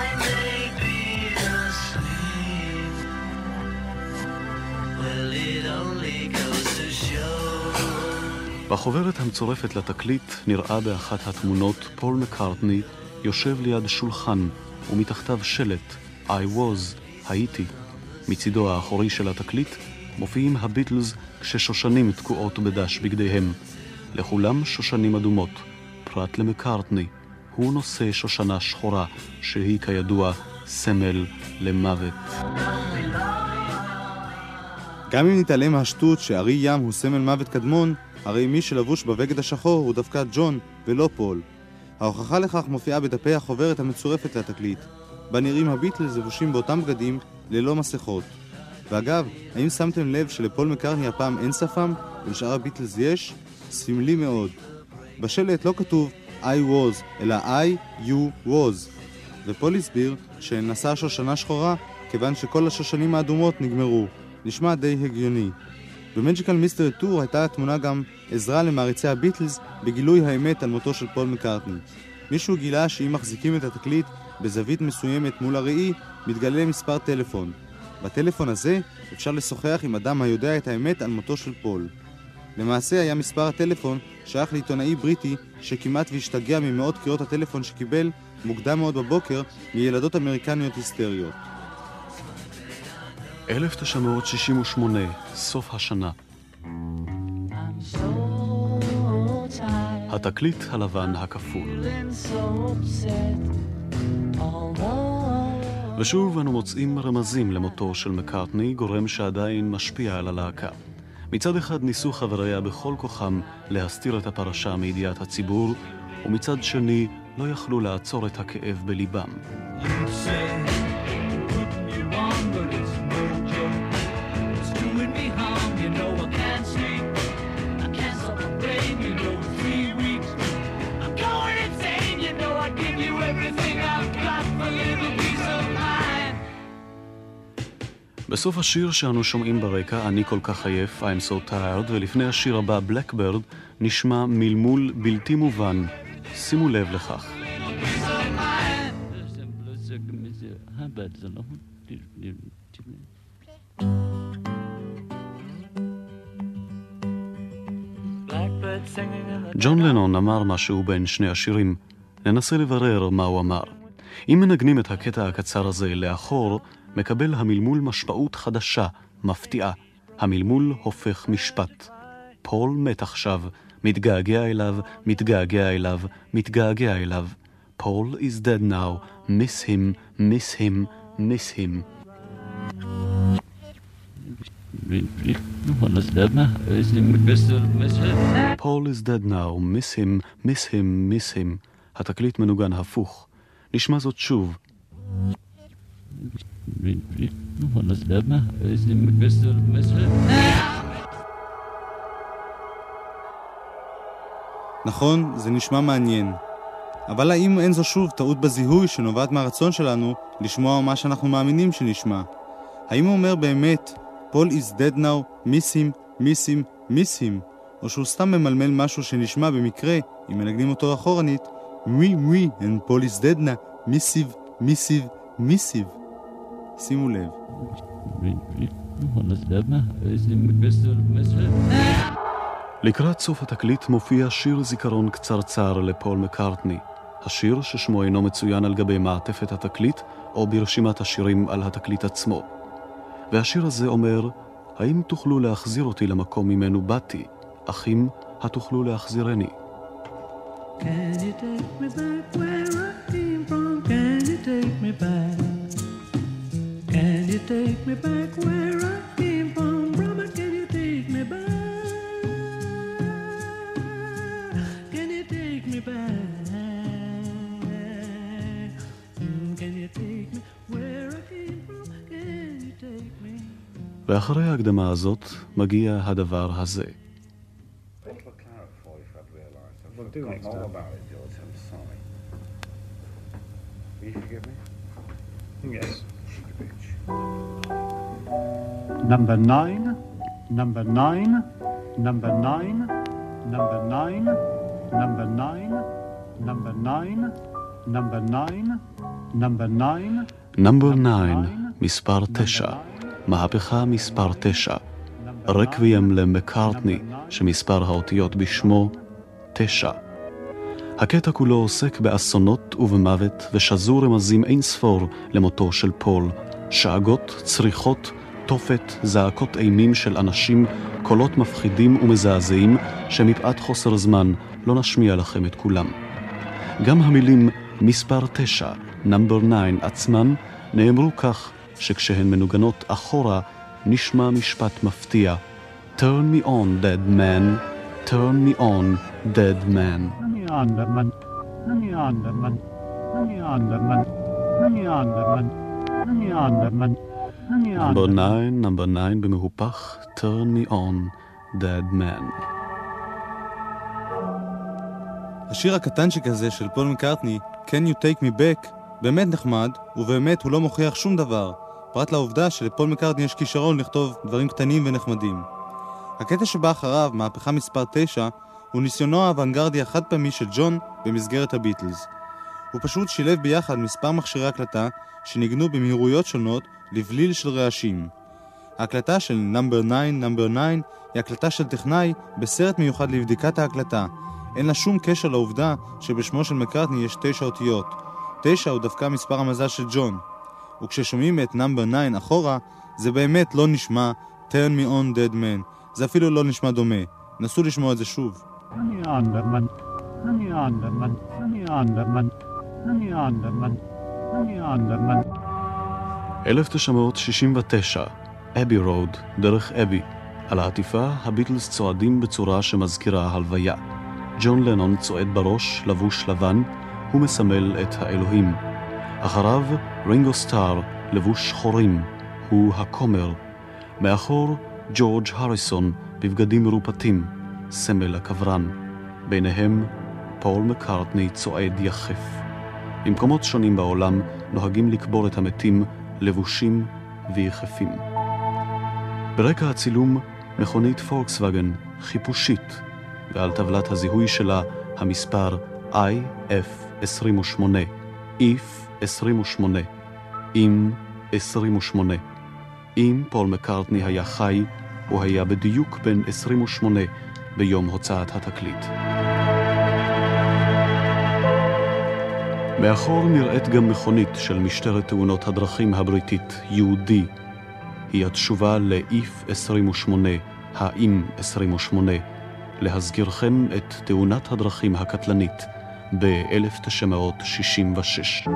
בחוברת המצורפת לתקליט נראה באחת התמונות פול מקארטני יושב ליד שולחן ומתחתיו שלט I was, הייתי. מצידו האחורי של התקליט מופיעים הביטלס כששושנים תקועות בדש בגדיהם. לכולם שושנים אדומות, פרט למקארטני. הוא נושא שושנה שחורה שהיא כידוע סמל למוות. גם אם נתעלם מהשטות שארי ים הוא סמל מוות קדמון, הרי מי שלבוש בבגד השחור הוא דווקא ג'ון ולא פול. ההוכחה לכך מופיעה בדפי החוברת המצורפת לתקליט, בה נראים הביטלס לבושים באותם בגדים ללא מסכות. ואגב, האם שמתם לב שלפול מקארטני הפעם אין שפם ולשאר הביטלס יש? סמלי מאוד. בשלט לא כתוב I was, אלא I, you, was. ופול הסביר שנשא שושנה שחורה כיוון שכל השושנים האדומות נגמרו. נשמע די הגיוני. במג'יקל מיסטרי טור הייתה התמונה גם עזרה למעריצי הביטלס בגילוי האמת על מותו של פול מקארטני. מישהו גילה שאם מחזיקים את התקליט בזווית מסוימת מול הראי, מתגלה מספר טלפון. בטלפון הזה אפשר לשוחח עם אדם היודע את האמת על מותו של פול. למעשה היה מספר הטלפון שייך לעיתונאי בריטי שכמעט והשתגע ממאות קריאות הטלפון שקיבל מוקדם מאוד בבוקר מילדות אמריקניות היסטריות. אלף תשע מאות שישים ושמונה, סוף השנה. התקליט הלבן הכפול. ושוב אנו מוצאים רמזים למותו של מקארטני, גורם שעדיין משפיע על הלהקה. מצד אחד ניסו חבריה בכל כוחם להסתיר את הפרשה מידיעת הציבור, ומצד שני לא יכלו לעצור את הכאב בליבם. בסוף השיר שאנו שומעים ברקע, אני כל כך עייף, I'm so tired, ולפני השיר הבא, Blackbird, נשמע מלמול בלתי מובן. שימו לב לכך. ג'ון לנון אמר משהו בין שני השירים. ננסה לברר מה הוא אמר. אם מנגנים את הקטע הקצר הזה לאחור, מקבל המלמול משמעות חדשה, מפתיעה. המלמול הופך משפט. פול מת עכשיו, מתגעגע אליו, מתגעגע אליו, מתגעגע אליו. Paul is dead now, miss him, miss him, miss him. Paul is dead now, miss him, miss him, miss him. התקליט מנוגן הפוך. נשמע זאת שוב. נכון, זה נשמע מעניין. אבל האם אין זו שוב טעות בזיהוי שנובעת מהרצון שלנו לשמוע מה שאנחנו מאמינים שנשמע? האם הוא אומר באמת, Paul is dead now, miss him, miss him, miss him, או שהוא סתם ממלמל משהו שנשמע במקרה, אם מנגנים אותו אחורנית, מי מי, and Paul is dead now, missive, missive, missive. שימו לב. לקראת סוף התקליט מופיע שיר זיכרון קצרצר לפול מקארטני. השיר ששמו אינו מצוין על גבי מעטפת התקליט או ברשימת השירים על התקליט עצמו. והשיר הזה אומר, האם תוכלו להחזיר אותי למקום ממנו באתי? אחים, התוכלו להחזירני. Can you take me back where I came from? Can you take me back? Can you take me back where I came from? Brother, can you take me back? Can you take me back? Can you take me where I came from? Can you take me? ואחרי ההקדמה הזאת מגיע הדבר הזה. Forgotten all about it, George. I'm sorry. Will you forgive me? Yes. Bitch. Number nine, number nine, number nine, number nine, number nine, number nine, number nine, number nine. Number nine, מספר תשע. מהפכה מספר תשע. רקוויאם למקארטני, שמספר האותיות בשמו תשע. הקטע כולו עוסק באסונות ובמוות ושזור רמזים אין ספור למותו של פול. שאגות, צריכות, תופת, זעקות אימים של אנשים, קולות מפחידים ומזעזעים שמפאת חוסר זמן לא נשמיע לכם את כולם. גם המילים מספר תשע, number nine עצמן, נאמרו כך שכשהן מנוגנות אחורה נשמע משפט מפתיע. Turn me on, dead man. Turn me on, dead man. Underman, Honey Underman, Honey Underman, Honey Underman, Honey Underman, Honey Underman. Number nine, number nine במהופך, turn me on, dead man. השיר הקטן שכזה של פול מקארטני, Can You Take Me Back, באמת נחמד, ובאמת הוא לא מוכיח שום דבר, פרט לעובדה שלפול מקארטני יש כישרון לכתוב דברים קטנים ונחמדים. הקטע שבא אחריו, מהפכה מספר תשע, הוא ניסיונו האוונגרדי החד פעמי של ג'ון במסגרת הביטלס. הוא פשוט שילב ביחד מספר מכשירי הקלטה שניגנו במהירויות שונות לבליל של רעשים. ההקלטה של נאמבר ניין, נאמבר ניין היא הקלטה של טכנאי בסרט מיוחד לבדיקת ההקלטה. אין לה שום קשר לעובדה שבשמו של מקארטני יש תשע אותיות. תשע הוא דווקא מספר המזל של ג'ון. וכששומעים את נאמבר ניין אחורה, זה באמת לא נשמע Turn me on dead man. זה אפילו לא נשמע דומה. נסו לשמוע את זה שוב. Honey Underman, Honey Underman, Honey Underman, Honey Underman, Honey Underman. אלף תשע מאות שישים ותשע, אבי רוד, דרך אבי. על העטיפה הביטלס צועדים בצורה שמזכירה הלוויה. ג'ון לנון צועד בראש, לבוש לבן, הוא מסמל את האלוהים. אחריו רינגו סטאר, לבוש שחורים, הוא הכומר. מאחור ג'ורג' הריסון, בבגדים מרופטים, סמל הקברן. ביניהם פול מקארטני צועד יחף. במקומות שונים בעולם נוהגים לקבור את המתים לבושים ויחפים. ברקע הצילום מכונית פולקסווגן חיפושית, ועל טבלת הזיהוי שלה המספר איי אף עשרים ושמונה, איף עשרים ושמונה, אם עשרים ושמונה. אם פול מקארטני היה חי, הוא היה בדיוק בין עשרים ושמונה ביום הוצאת התקליט. מאחור נראית גם מכונית של משטרת תאונות הדרכים הבריטית, יו די. היא התשובה לאיף עשרים ושמונה, האם עשרים ושמונה, להזכירכם את תאונת הדרכים הקטלנית ב-אלף תשע מאות שישים ושש.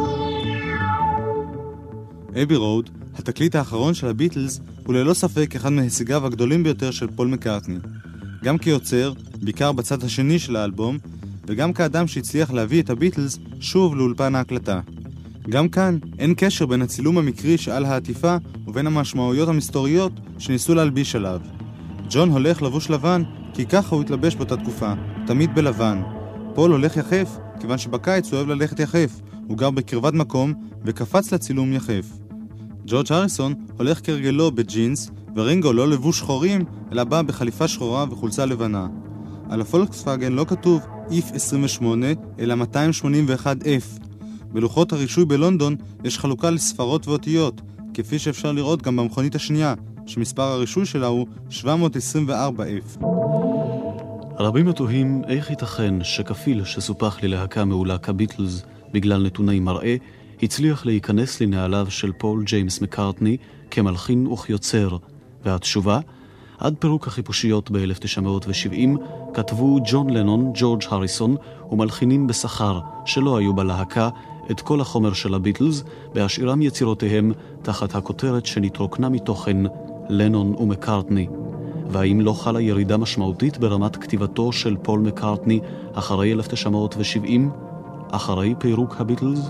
אבי רוד, התקליט האחרון של הביטלס, הוא ללא ספק אחד מהישגיו הגדולים ביותר של פול מקארטני. גם כיוצר, בעיקר בצד השני של האלבום, וגם כאדם שהצליח להביא את הביטלס שוב לאולפן ההקלטה. גם כאן אין קשר בין הצילום המקרי שעל העטיפה ובין המשמעויות המסתוריות שניסו להלביש עליו. ג'ון הולך לבוש לבן כי ככה הוא התלבש באותה תקופה, תמיד בלבן. פול הולך יחף כיוון שבקיץ הוא אוהב ללכת יחף, הוא גר בקרבת מקום וקפץ לצילום יחף. ג'ורג' הריסון הולך כרגלו בג'ינס, ורינגו לא לבוש שחורים אלא בא בחליפה שחורה וחולצה לבנה. על הפולקסווגן לא כתוב איף עשרים ושמונה אלא מאתיים שמונים ואחת אף. בלוחות הרישוי בלונדון יש חלוקה לספרות ואותיות, כפי שאפשר לראות גם במכונית השנייה, שמספר הרישוי שלה הוא שבע מאות עשרים וארבע אף. רבים התוהים איך ייתכן שכפיל שסופח ללהקה מעולה כביטלס בגלל נתוני מראה, הצליח להיכנס לנעליו של פול ג'יימס מקארטני כמלחין וכיוצר, והתשובה, עד פירוק החיפושיות ב-אלף תשע מאות שבעים כתבו ג'ון לנון, ג'ורג' הריסון ומלחינים בשכר שלא היו בלהקה את כל החומר של הביטלס, בהשאירם יצירותיהם תחת הכותרת שנתרוקנה מתוכן לנון ומקארטני. והאם לא חלה ירידה משמעותית ברמת כתיבתו של פול מקארטני אחרי אלף תשע מאות שבעים, אחרי פירוק הביטלס?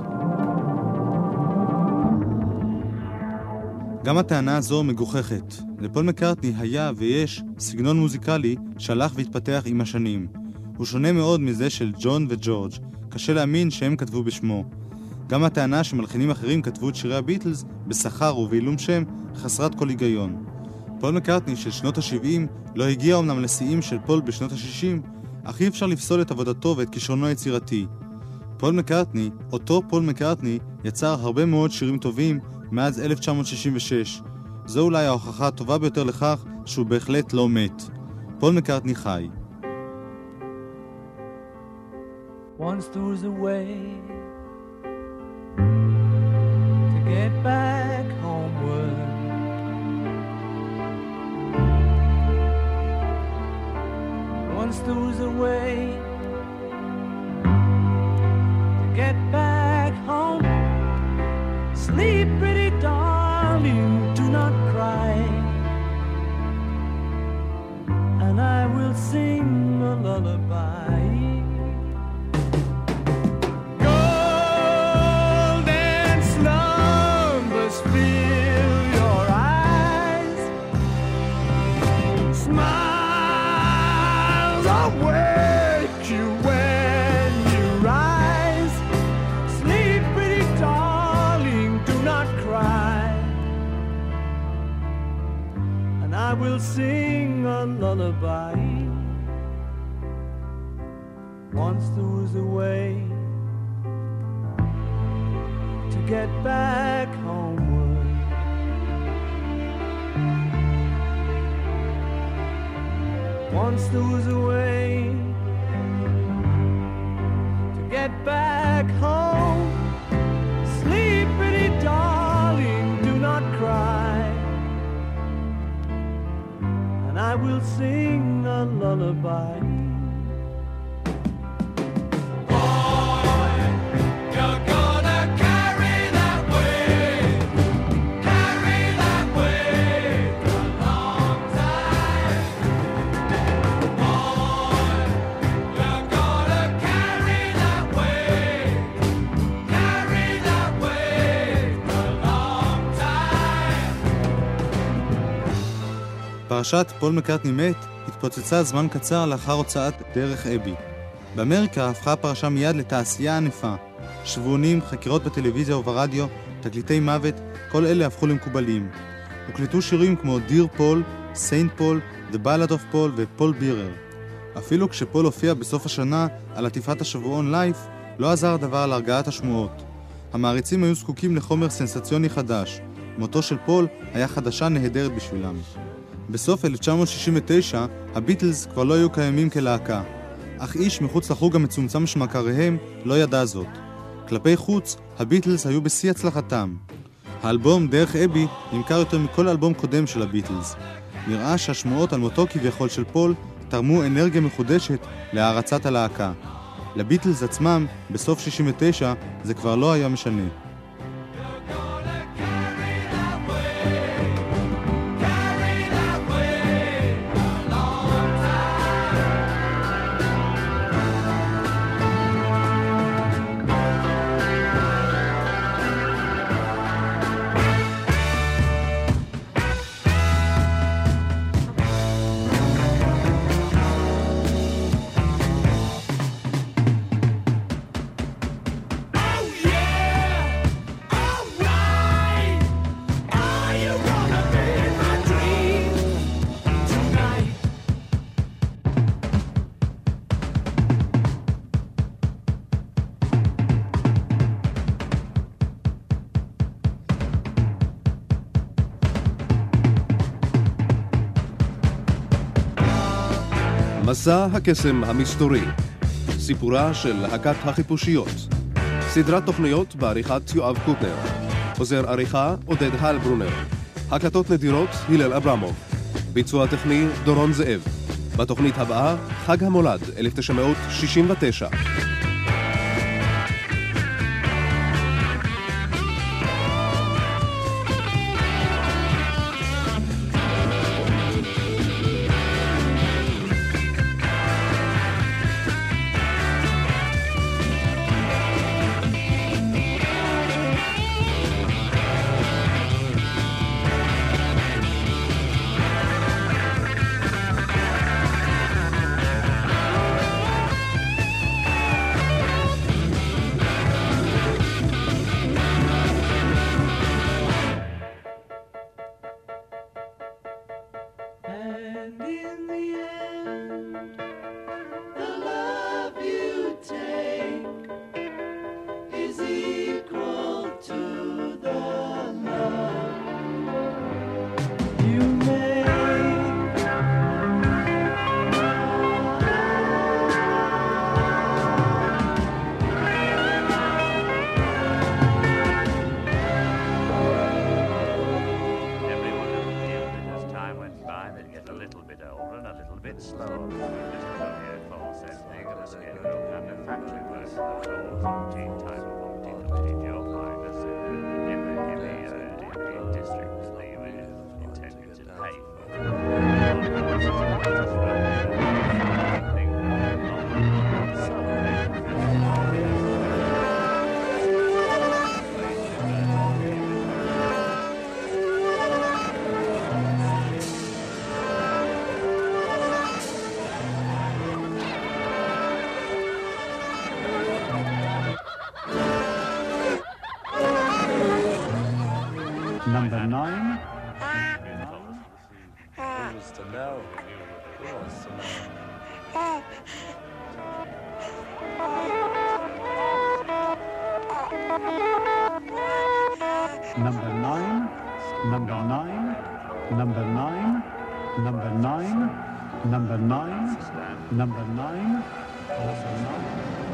גם הטענה הזו מגוחכת. לפול מקארטני היה ויש סגנון מוזיקלי שהלך והתפתח עם השנים. הוא שונה מאוד מזה של ג'ון וג'ורג'. קשה להאמין שהם כתבו בשמו. גם הטענה שמלחינים אחרים כתבו את שירי הביטלס בשכר ובעילום שם חסרת כל היגיון. פול מקארטני של שנות ה-שבעים לא הגיע אומנם לשיאים של פול בשנות ה-שישים, אך אי אפשר לפסול את עבודתו ואת כישרונו היצירתי. פול מקארטני, אותו פול מקארטני, יצר הרבה מאוד שירים טובים מאז אלף תשע מאות שישים ושש. זו אולי ההוכחה הטובה ביותר לכך שהוא בהחלט לא מת. פול מקארטני חי. Once there was a way to get back homeward. Once there was a way to get back home. Sleep, pretty darling, do not cry, and I will sing a lullaby. Golden slumbers fill your eyes, smiles awake you when you rise. Sleep, pretty darling, do not cry, and I will sing a lullaby. Once there was a way to get back homeward. Once there was a way to get back home. Sleep, pretty darling, do not cry, and I will sing a lullaby. פרשת פול מקארטני מת התפוצצה זמן קצר לאחר הוצאת דרך אבי. באמריקה הפכה הפרשה מיד לתעשייה ענפה. שבועונים, חקירות בטלוויזיה וברדיו, תקליטי מוות, כל אלה הפכו למקובלים. הוקלטו שירים כמו דיר פול, סיינט פול, The Ballad of Paul ופול בירר. אפילו כשפול הופיע בסוף השנה על עטיפת השבועון לייף, לא עזר דבר להרגעת השמועות. המעריצים היו זקוקים לחומר סנסציוני חדש. מותו של פול היה חדשה נהדרת בשבילם. בסוף אלף תשע מאות שישים ותשע, הביטלס כבר לא היו קיימים כלהקה. אך איש מחוץ לחוג המצומצם של מכריהם לא ידע זאת. כלפי חוץ, הביטלס היו בשיא הצלחתם. האלבום דרך אבי נמכר יותר מכל אלבום קודם של הביטלס. נראה שהשמועות על מותו כביכול של פול תרמו אנרגיה מחודשת להערצת הלהקה. לביטלס עצמם, בסוף שישים ותשע, זה כבר לא היה משנה. מסע הקסם המסתורי, סיפורה של להקת החיפושיות, סדרת תוכניות בעריכת יואב קוטנר, עוזר עריכה עודד הלברונר, הקלטות נדירות הלל אברמוב, ביצוע טכני דורון זאב. בתוכנית הבאה חג המולד אלף תשע מאות שישים ותשע. Number nine. Who wants to know? Who wants to know? Number nine. Number nine. Number nine. Number nine. Number nine. Number nine. Number nine.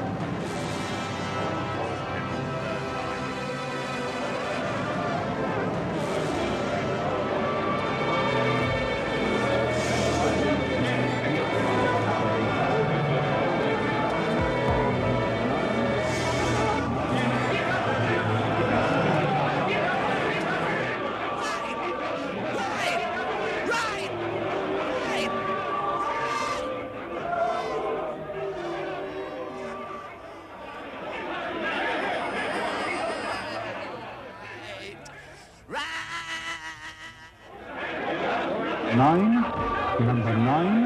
Nine, number nine.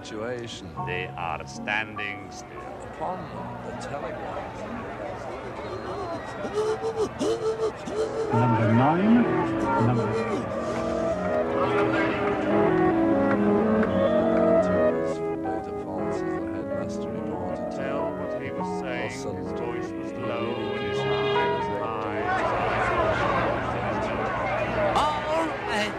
situation. They are standing still. Upon the telegraph. Number nine. Number... Tell what he was saying. His voice was low and his eye was high. All right.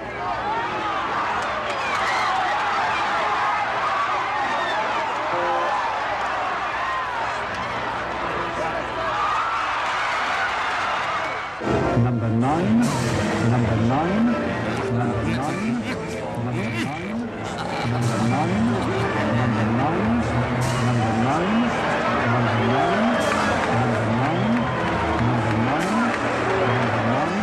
Number nine, number nine, number nine, number nine, number nine, number nine, number nine, number nine, number nine, number nine, number nine.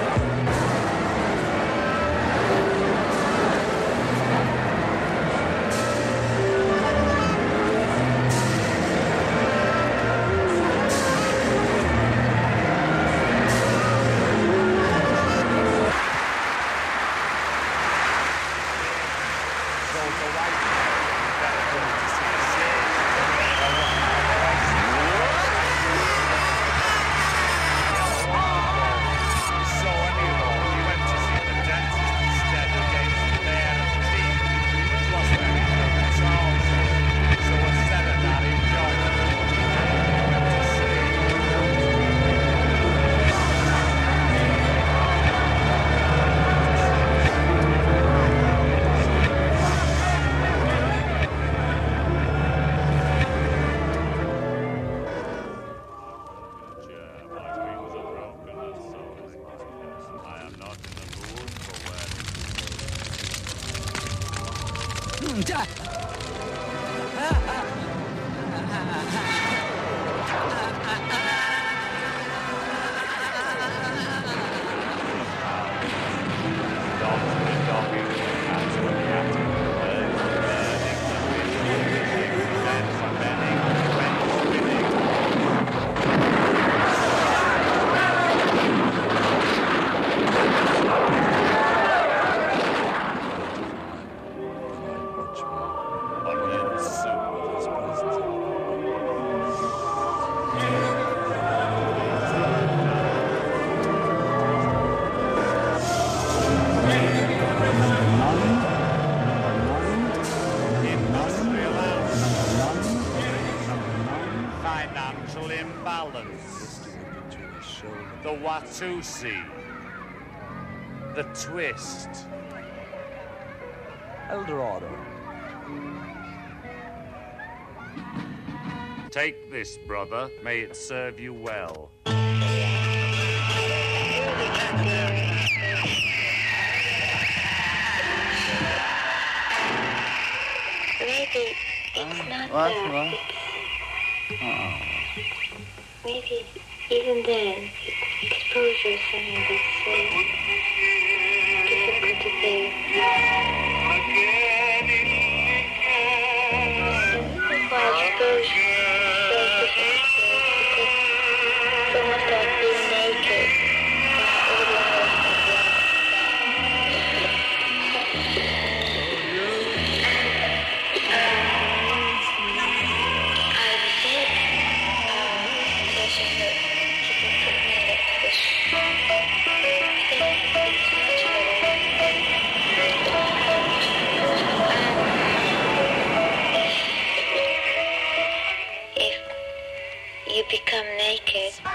The Watusi, the twist, Eldorado. Take this, brother. May it serve you well. Maybe it's not What? that. Oh. Maybe even then, exposure is something that's so difficult to bear. Why exposure is so difficult to bear? Because it's almost like being naked. Become naked.